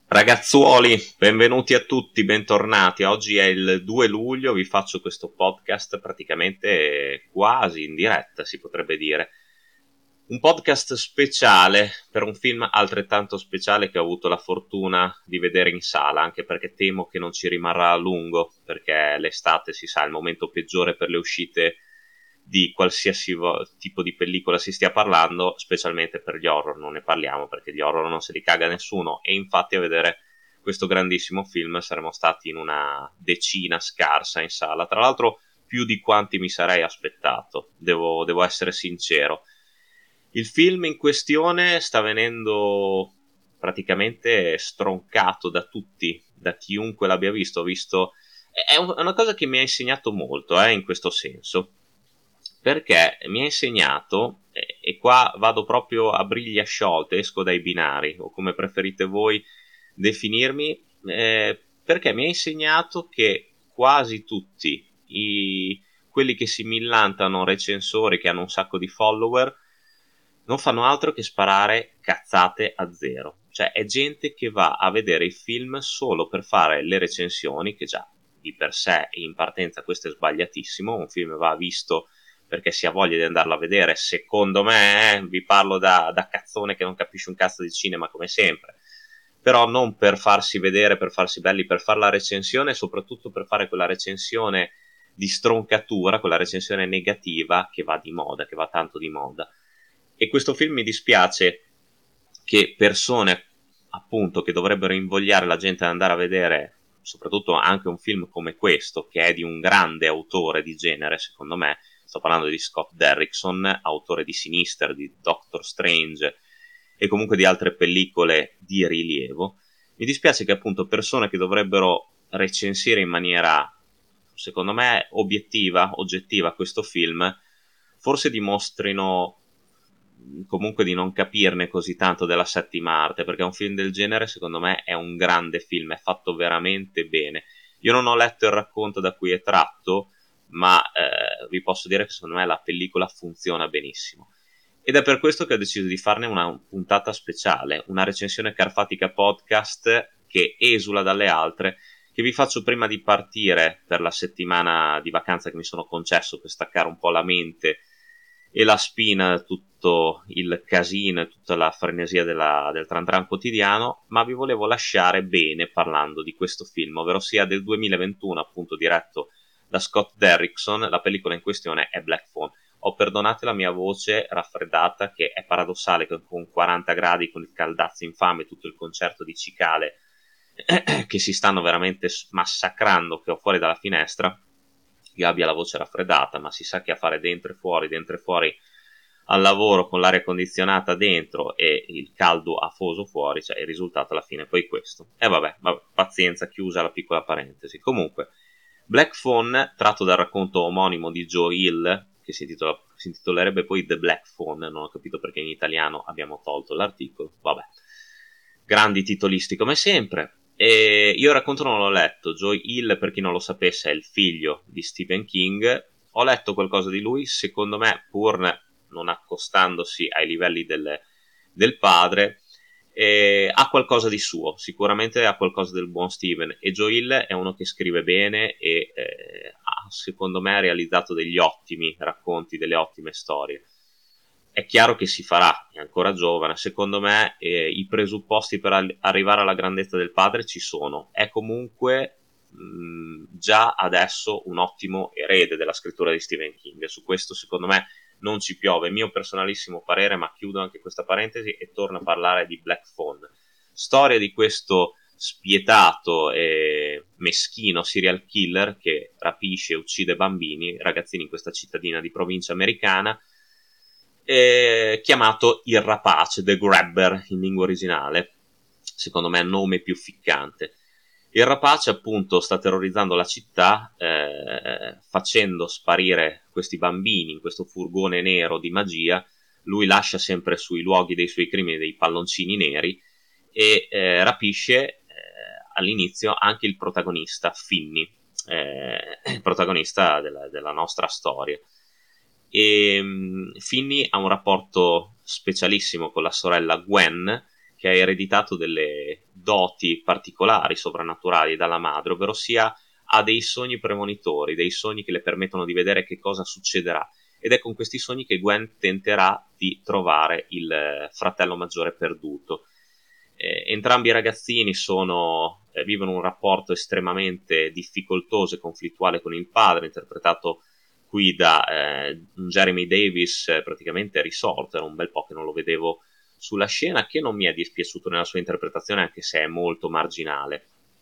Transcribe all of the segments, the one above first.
Ragazzuoli, benvenuti a tutti, bentornati. Oggi è il 2 luglio, vi faccio questo podcast praticamente quasi in diretta, si potrebbe dire. Un podcast speciale per un film altrettanto speciale che ho avuto la fortuna di vedere in sala, anche perché temo che non ci rimarrà a lungo, perché l'estate, si sa, è il momento peggiore per le uscite di qualsiasi tipo di pellicola si stia parlando, specialmente per gli horror. Non ne parliamo perché di horror non se li caga nessuno, e infatti a vedere questo grandissimo film saremmo stati in una decina scarsa in sala, tra l'altro più di quanti mi sarei aspettato, devo essere sincero. Il film in questione sta venendo praticamente stroncato da tutti, da chiunque l'abbia visto. È una cosa che mi ha insegnato molto, in questo senso, perché mi ha insegnato, e qua vado proprio a briglie sciolte, esco dai binari, o come preferite voi definirmi, perché mi ha insegnato che quasi tutti quelli che si millantano recensori, che hanno un sacco di follower, non fanno altro che sparare cazzate a zero. Cioè è gente che va a vedere i film solo per fare le recensioni, che già di per sé in partenza questo è sbagliatissimo. Un film va visto perché si ha voglia di andarlo a vedere, secondo me, vi parlo da cazzone che non capisce un cazzo di cinema come sempre, però non per farsi vedere, per farsi belli, per fare la recensione, e soprattutto per fare quella recensione di stroncatura, quella recensione negativa che va di moda, che va tanto di moda. E questo film, mi dispiace che persone appunto che dovrebbero invogliare la gente ad andare a vedere soprattutto anche un film come questo, che è di un grande autore di genere, secondo me, sto parlando di Scott Derrickson, autore di Sinister, di Doctor Strange e comunque di altre pellicole di rilievo. Mi dispiace che appunto persone che dovrebbero recensire in maniera, secondo me, obiettiva, oggettiva questo film, forse dimostrino comunque di non capirne così tanto della settima arte, perché un film del genere secondo me è un grande film, è fatto veramente bene. Io non ho letto il racconto da cui è tratto, ma vi posso dire che secondo me la pellicola funziona benissimo, ed è per questo che ho deciso di farne una puntata speciale, una recensione carfatica podcast che esula dalle altre, che vi faccio prima di partire per la settimana di vacanza che mi sono concesso, per staccare un po' la mente e la spina, tutto il casino, tutta la frenesia del tran tran quotidiano, ma vi volevo lasciare bene parlando di questo film, ovvero sia del 2021, appunto diretto da Scott Derrickson. La pellicola in questione è Black Phone. Perdonate la mia voce raffreddata, che è paradossale che con 40 gradi, con il caldazzo infame, tutto il concerto di cicale che si stanno veramente massacrando, che ho fuori dalla finestra, io abbia la voce raffreddata, ma si sa che a fare dentro e fuori al lavoro con l'aria condizionata dentro e il caldo afoso fuori, cioè il risultato alla fine è poi questo. E vabbè, pazienza, chiusa la piccola parentesi. Comunque, Black Phone, tratto dal racconto omonimo di Joe Hill, che si intitolerebbe poi The Black Phone, non ho capito perché in italiano abbiamo tolto l'articolo, vabbè. Grandi titolisti come sempre. E io il racconto non l'ho letto. Joe Hill, per chi non lo sapesse, è il figlio di Stephen King. Ho letto qualcosa di lui, secondo me, pur non accostandosi ai livelli del padre, ha qualcosa di suo, sicuramente ha qualcosa del buon Stephen, e Joe Hill è uno che scrive bene e ha, secondo me, realizzato degli ottimi racconti, delle ottime storie. È chiaro che si farà, è ancora giovane, secondo me i presupposti per arrivare alla grandezza del padre ci sono, è comunque già adesso un ottimo erede della scrittura di Stephen King, su questo secondo me non ci piove, mio personalissimo parere, ma chiudo anche questa parentesi e torno a parlare di Black Phone, storia di questo spietato e meschino serial killer che rapisce e uccide bambini, ragazzini in questa cittadina di provincia americana, chiamato il rapace, The Grabber in lingua originale, secondo me è il nome più ficcante. Il rapace appunto sta terrorizzando la città, facendo sparire questi bambini in questo furgone nero di magia. Lui lascia sempre sui luoghi dei suoi crimini dei palloncini neri e rapisce all'inizio anche il protagonista, Finney, il protagonista della nostra storia. E Finney ha un rapporto specialissimo con la sorella Gwen, che ha ereditato delle doti particolari sovrannaturali dalla madre, ovvero sia ha dei sogni premonitori, dei sogni che le permettono di vedere che cosa succederà, ed è con questi sogni che Gwen tenterà di trovare il fratello maggiore perduto. Entrambi i ragazzini vivono un rapporto estremamente difficoltoso e conflittuale con il padre, interpretato qui da un Jeremy Davis praticamente risorto. Era un bel po' che non lo vedevo sulla scena, che non mi è dispiaciuto nella sua interpretazione, anche se è molto marginale.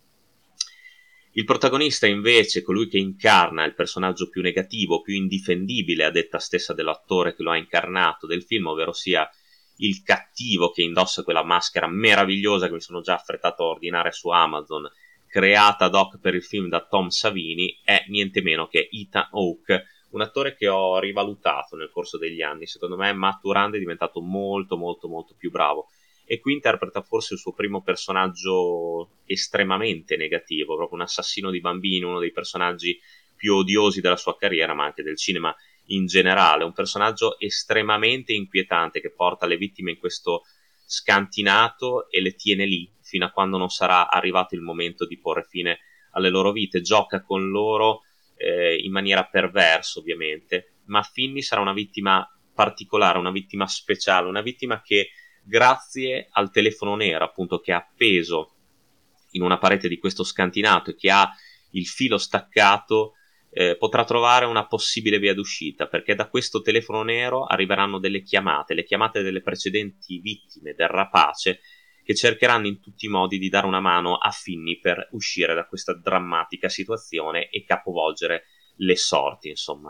Il protagonista invece, colui che incarna il personaggio più negativo, più indifendibile a detta stessa dell'attore che lo ha incarnato del film, ovvero sia il cattivo che indossa quella maschera meravigliosa che mi sono già affrettato a ordinare su Amazon, creata ad hoc per il film da Tom Savini, è niente meno che Ethan Hawke, un attore che ho rivalutato nel corso degli anni. Secondo me, maturando, è diventato molto molto molto più bravo, e qui interpreta forse il suo primo personaggio estremamente negativo, proprio un assassino di bambini, uno dei personaggi più odiosi della sua carriera, ma anche del cinema in generale. Un personaggio estremamente inquietante che porta le vittime in questo scantinato e le tiene lì fino a quando non sarà arrivato il momento di porre fine alle loro vite. Gioca con loro in maniera perversa, ovviamente, ma Finney sarà una vittima particolare, una vittima speciale, una vittima che, grazie al telefono nero, appunto, che è appeso in una parete di questo scantinato e che ha il filo staccato, potrà trovare una possibile via d'uscita, perché da questo telefono nero arriveranno delle chiamate, le chiamate delle precedenti vittime del rapace, che cercheranno in tutti i modi di dare una mano a Finney per uscire da questa drammatica situazione e capovolgere le sorti, insomma.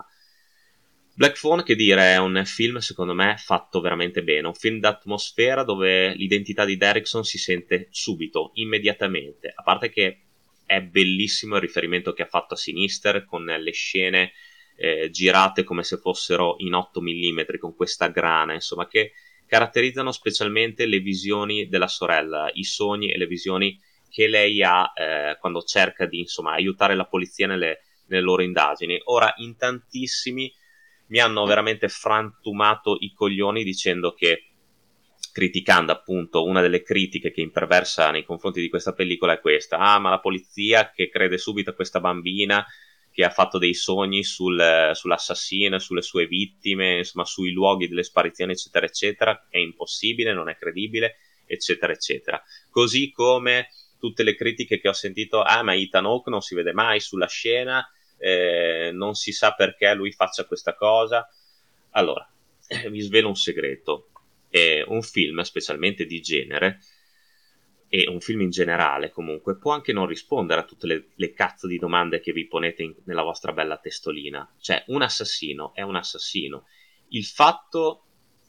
Black Phone, che dire, è un film secondo me fatto veramente bene, un film d'atmosfera dove l'identità di Derrickson si sente subito, immediatamente, a parte che è bellissimo il riferimento che ha fatto a Sinister, con le scene girate come se fossero in 8 mm, con questa grana, insomma, che caratterizzano specialmente le visioni della sorella, i sogni e le visioni che lei ha quando cerca di, insomma, aiutare la polizia nelle loro indagini. Ora, in tantissimi mi hanno veramente frantumato i coglioni dicendo che, criticando appunto, una delle critiche che imperversa nei confronti di questa pellicola è questa: ma la polizia che crede subito a questa bambina che ha fatto dei sogni sull'assassino e sulle sue vittime, insomma sui luoghi delle sparizioni, eccetera eccetera, è impossibile, non è credibile, eccetera eccetera. Così come tutte le critiche che ho sentito: ma Ethan Hawke non si vede mai sulla scena, non si sa perché lui faccia questa cosa. Allora, vi svelo un segreto: un film, specialmente di genere, e un film in generale comunque, può anche non rispondere a tutte le cazzo di domande che vi ponete nella vostra bella testolina. Cioè, un assassino è un assassino. Il fatto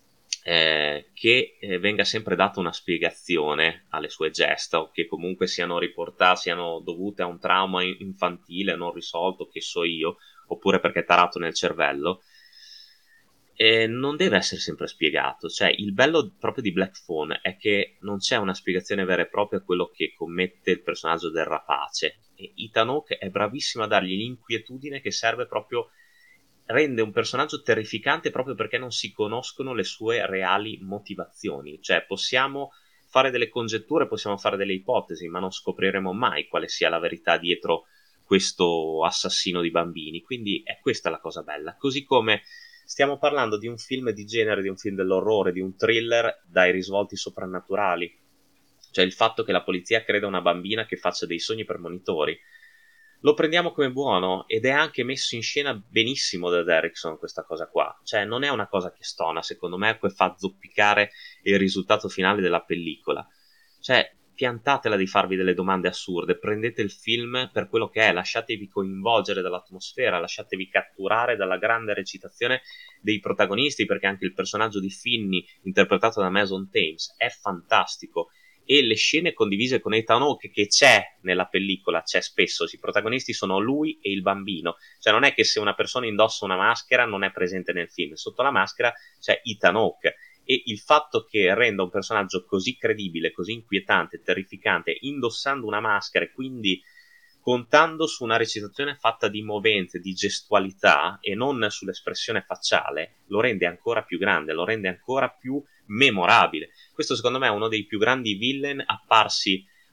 che venga sempre data una spiegazione alle sue gesta, o che comunque siano dovute a un trauma infantile non risolto, che so io, oppure perché è tarato nel cervello, non deve essere sempre spiegato. Cioè, il bello proprio di Black Phone è che non c'è una spiegazione vera e propria a quello che commette il personaggio del rapace, e Ethan Hawke è bravissimo a dargli l'inquietudine che serve proprio. Rende un personaggio terrificante proprio perché non si conoscono le sue reali motivazioni. Cioè, possiamo fare delle congetture, possiamo fare delle ipotesi, ma non scopriremo mai quale sia la verità dietro questo assassino di bambini. Quindi è questa la cosa bella. Così come stiamo parlando di un film di genere, di un film dell'orrore, di un thriller dai risvolti soprannaturali. Cioè, il fatto che la polizia creda a una bambina che faccia dei sogni premonitori, lo prendiamo come buono, ed è anche messo in scena benissimo da Derrickson questa cosa qua. Cioè, non è una cosa che stona, secondo me, che fa zoppicare il risultato finale della pellicola. Cioè, piantatela di farvi delle domande assurde, prendete il film per quello che è, lasciatevi coinvolgere dall'atmosfera, lasciatevi catturare dalla grande recitazione dei protagonisti, perché anche il personaggio di Finney, interpretato da Mason Thames, è fantastico. E le scene condivise con Ethan Hawke, che c'è nella pellicola, c'è spesso, i protagonisti sono lui e il bambino. Cioè, non è che se una persona indossa una maschera non è presente nel film, sotto la maschera c'è Ethan Hawke, e il fatto che renda un personaggio così credibile, così inquietante, terrificante, indossando una maschera e quindi contando su una recitazione fatta di movenze, di gestualità e non sull'espressione facciale, lo rende ancora più grande, lo rende ancora più memorabile. Questo secondo me è uno dei più grandi villain apparsi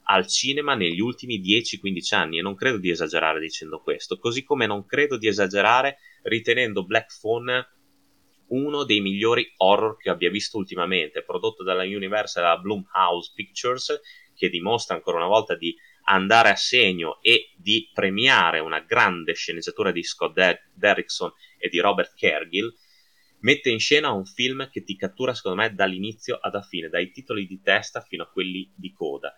al cinema negli ultimi 10-15 anni, e non credo di esagerare dicendo questo, così come non credo di esagerare ritenendo Black Phone uno dei migliori horror che abbia visto ultimamente, prodotto dalla Universal e dalla Blumhouse Pictures, che dimostra ancora una volta di andare a segno e di premiare una grande sceneggiatura di Scott Derrickson e di Robert Cargill. Mette in scena un film che ti cattura, secondo me, dall'inizio alla fine, dai titoli di testa fino a quelli di coda.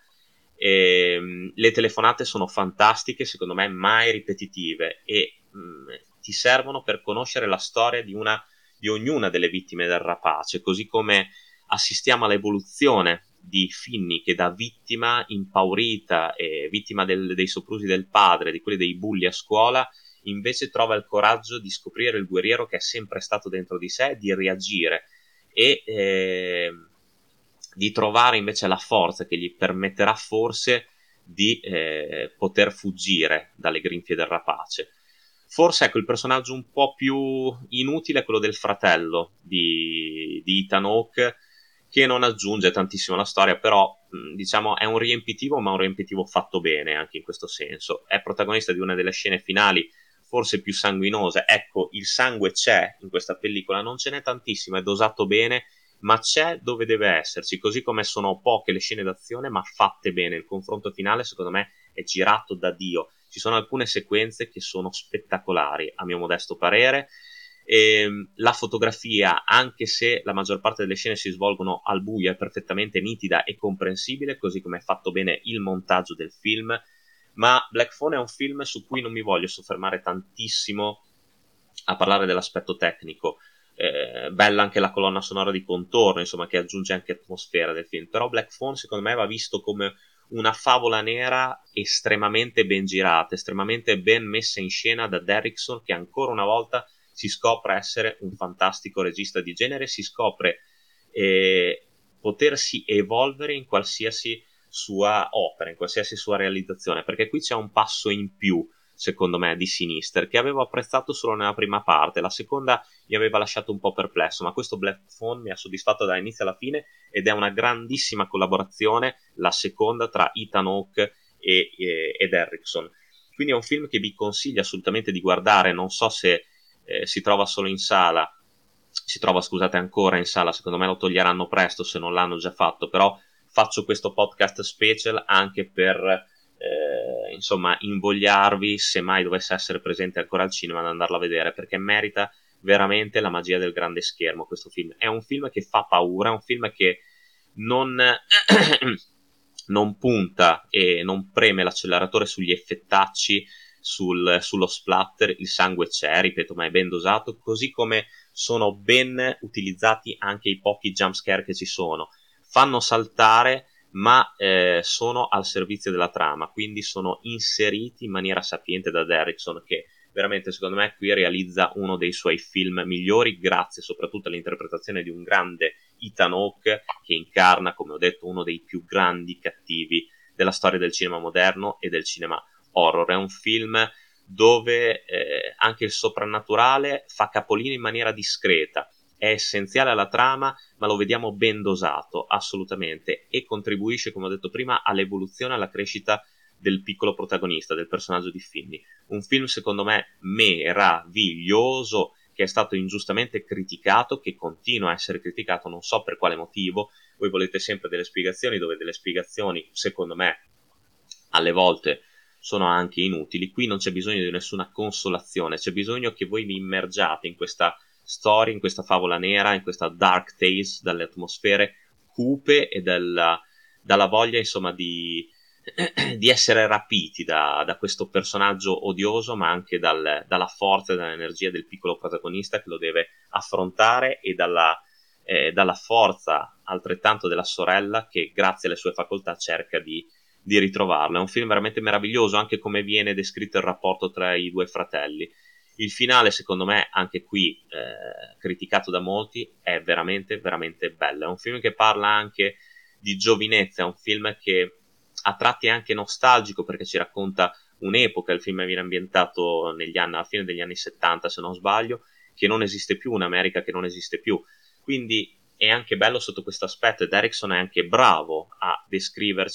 Le telefonate sono fantastiche, secondo me mai ripetitive, e ti servono per conoscere la storia di ognuna delle vittime del rapace, così come assistiamo all'evoluzione di Finney, che da vittima impaurita e vittima dei soprusi del padre, di quelli dei bulli a scuola, invece trova il coraggio di scoprire il guerriero che è sempre stato dentro di sé, di reagire e di trovare invece la forza che gli permetterà forse di poter fuggire dalle grinfie del rapace. Forse, ecco, il personaggio un po' più inutile è quello del fratello di Ethan Hawke, che non aggiunge tantissimo alla storia, però diciamo è un riempitivo, ma un riempitivo fatto bene anche in questo senso. È protagonista di una delle scene finali forse più sanguinose. Ecco, il sangue c'è in questa pellicola, non ce n'è tantissimo, è dosato bene, ma c'è dove deve esserci, così come sono poche le scene d'azione, ma fatte bene. Il confronto finale, secondo me, è girato da Dio. Ci sono alcune sequenze che sono spettacolari, a mio modesto parere. La fotografia, anche se la maggior parte delle scene si svolgono al buio, è perfettamente nitida e comprensibile, così come è fatto bene il montaggio del film. Ma Black Phone è un film su cui non mi voglio soffermare tantissimo a parlare dell'aspetto tecnico. Bella anche la colonna sonora di contorno, insomma, che aggiunge anche atmosfera del film, però Black Phone secondo me va visto come una favola nera estremamente ben girata, estremamente ben messa in scena da Derrickson, che ancora una volta si scopre essere un fantastico regista di genere, si scopre potersi evolvere in qualsiasi sua opera, in qualsiasi sua realizzazione, perché qui c'è un passo in più, secondo me, di Sinister, che avevo apprezzato solo nella prima parte. La seconda mi aveva lasciato un po' perplesso, ma questo Black Phone mi ha soddisfatto dall'inizio alla fine, ed è una grandissima collaborazione, la seconda, tra Ethan Hawke e Derrickson. Quindi è un film che vi consiglio assolutamente di guardare. Non so se si trova solo in sala, si trova, scusate, ancora in sala, secondo me lo toglieranno presto se non l'hanno già fatto, però faccio questo podcast special anche per insomma invogliarvi, se mai dovesse essere presente ancora al cinema, ad andarlo a vedere, perché merita veramente la magia del grande schermo. Questo film è un film che fa paura, è un film che non non punta e non preme l'acceleratore sugli effettacci, sullo splatter. Il sangue c'è, ripeto, ma è ben dosato, così come sono ben utilizzati anche i pochi jumpscare che ci sono. Fanno saltare, ma sono al servizio della trama, quindi sono inseriti in maniera sapiente da Derrickson, che veramente, secondo me, qui realizza uno dei suoi film migliori, grazie soprattutto all'interpretazione di un grande Ethan Hawke, che incarna, come ho detto, uno dei più grandi cattivi della storia del cinema moderno e del cinema horror. È un film dove anche il soprannaturale fa capolino in maniera discreta, è essenziale alla trama, ma lo vediamo ben dosato, assolutamente, e contribuisce, come ho detto prima, all'evoluzione, alla crescita del piccolo protagonista, del personaggio di Finney. Un film, secondo me, meraviglioso, che è stato ingiustamente criticato, che continua a essere criticato, non so per quale motivo. Voi volete sempre delle spiegazioni, dove delle spiegazioni, secondo me, alle volte sono anche inutili. Qui non c'è bisogno di nessuna consolazione, c'è bisogno che voi vi immergiate in questa storia, in questa favola nera, in questa dark tales, dalle atmosfere cupe e dalla voglia, insomma, di essere rapiti da questo personaggio odioso, ma anche dalla forza e dall'energia del piccolo protagonista che lo deve affrontare, e dalla forza altrettanto della sorella, che grazie alle sue facoltà cerca di ritrovarlo. È un film veramente meraviglioso, anche come viene descritto il rapporto tra i due fratelli. Il finale, secondo me, anche qui criticato da molti, è veramente, veramente bello. È un film che parla anche di giovinezza, è un film che a tratti è anche nostalgico, perché ci racconta un'epoca. Il film viene ambientato alla fine degli anni 70, se non sbaglio, che non esiste più, un'America che non esiste più. Quindi è anche bello sotto questo aspetto, e Derrickson è anche bravo a descriverci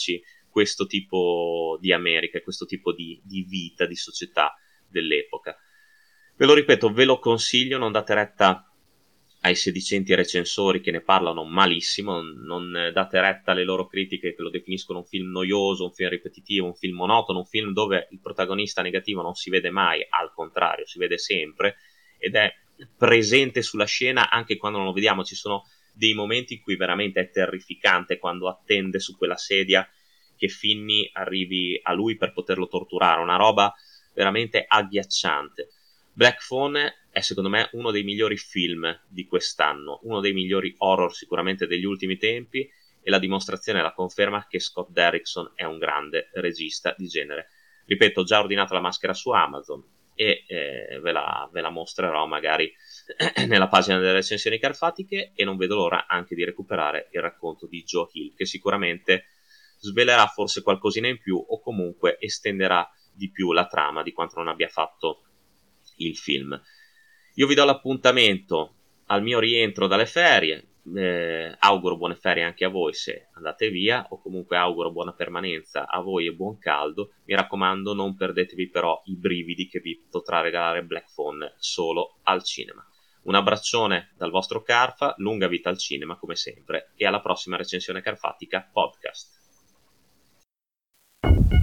questo tipo di America e questo tipo di vita, di società dell'epoca. Ve lo ripeto, ve lo consiglio, non date retta ai sedicenti recensori che ne parlano malissimo, non date retta alle loro critiche che lo definiscono un film noioso, un film ripetitivo, un film monotono, un film dove il protagonista negativo non si vede mai, al contrario, si vede sempre ed è presente sulla scena anche quando non lo vediamo. Ci sono dei momenti in cui veramente è terrificante, quando attende su quella sedia che Finney arrivi a lui per poterlo torturare, una roba veramente agghiacciante. Black Phone è secondo me uno dei migliori film di quest'anno, uno dei migliori horror sicuramente degli ultimi tempi, e la dimostrazione e la conferma che Scott Derrickson è un grande regista di genere. Ripeto, ho già ordinato la maschera su Amazon e ve la mostrerò magari nella pagina delle recensioni carfatiche, e non vedo l'ora anche di recuperare il racconto di Joe Hill, che sicuramente svelerà forse qualcosina in più o comunque estenderà di più la trama di quanto non abbia fatto il film. Io vi do l'appuntamento al mio rientro dalle ferie, auguro buone ferie anche a voi se andate via, o comunque auguro buona permanenza a voi e buon caldo. Mi raccomando, non perdetevi però i brividi che vi potrà regalare Black Phone solo al cinema. Un abbraccione dal vostro Carfa, lunga vita al cinema come sempre, e alla prossima recensione carfatica podcast.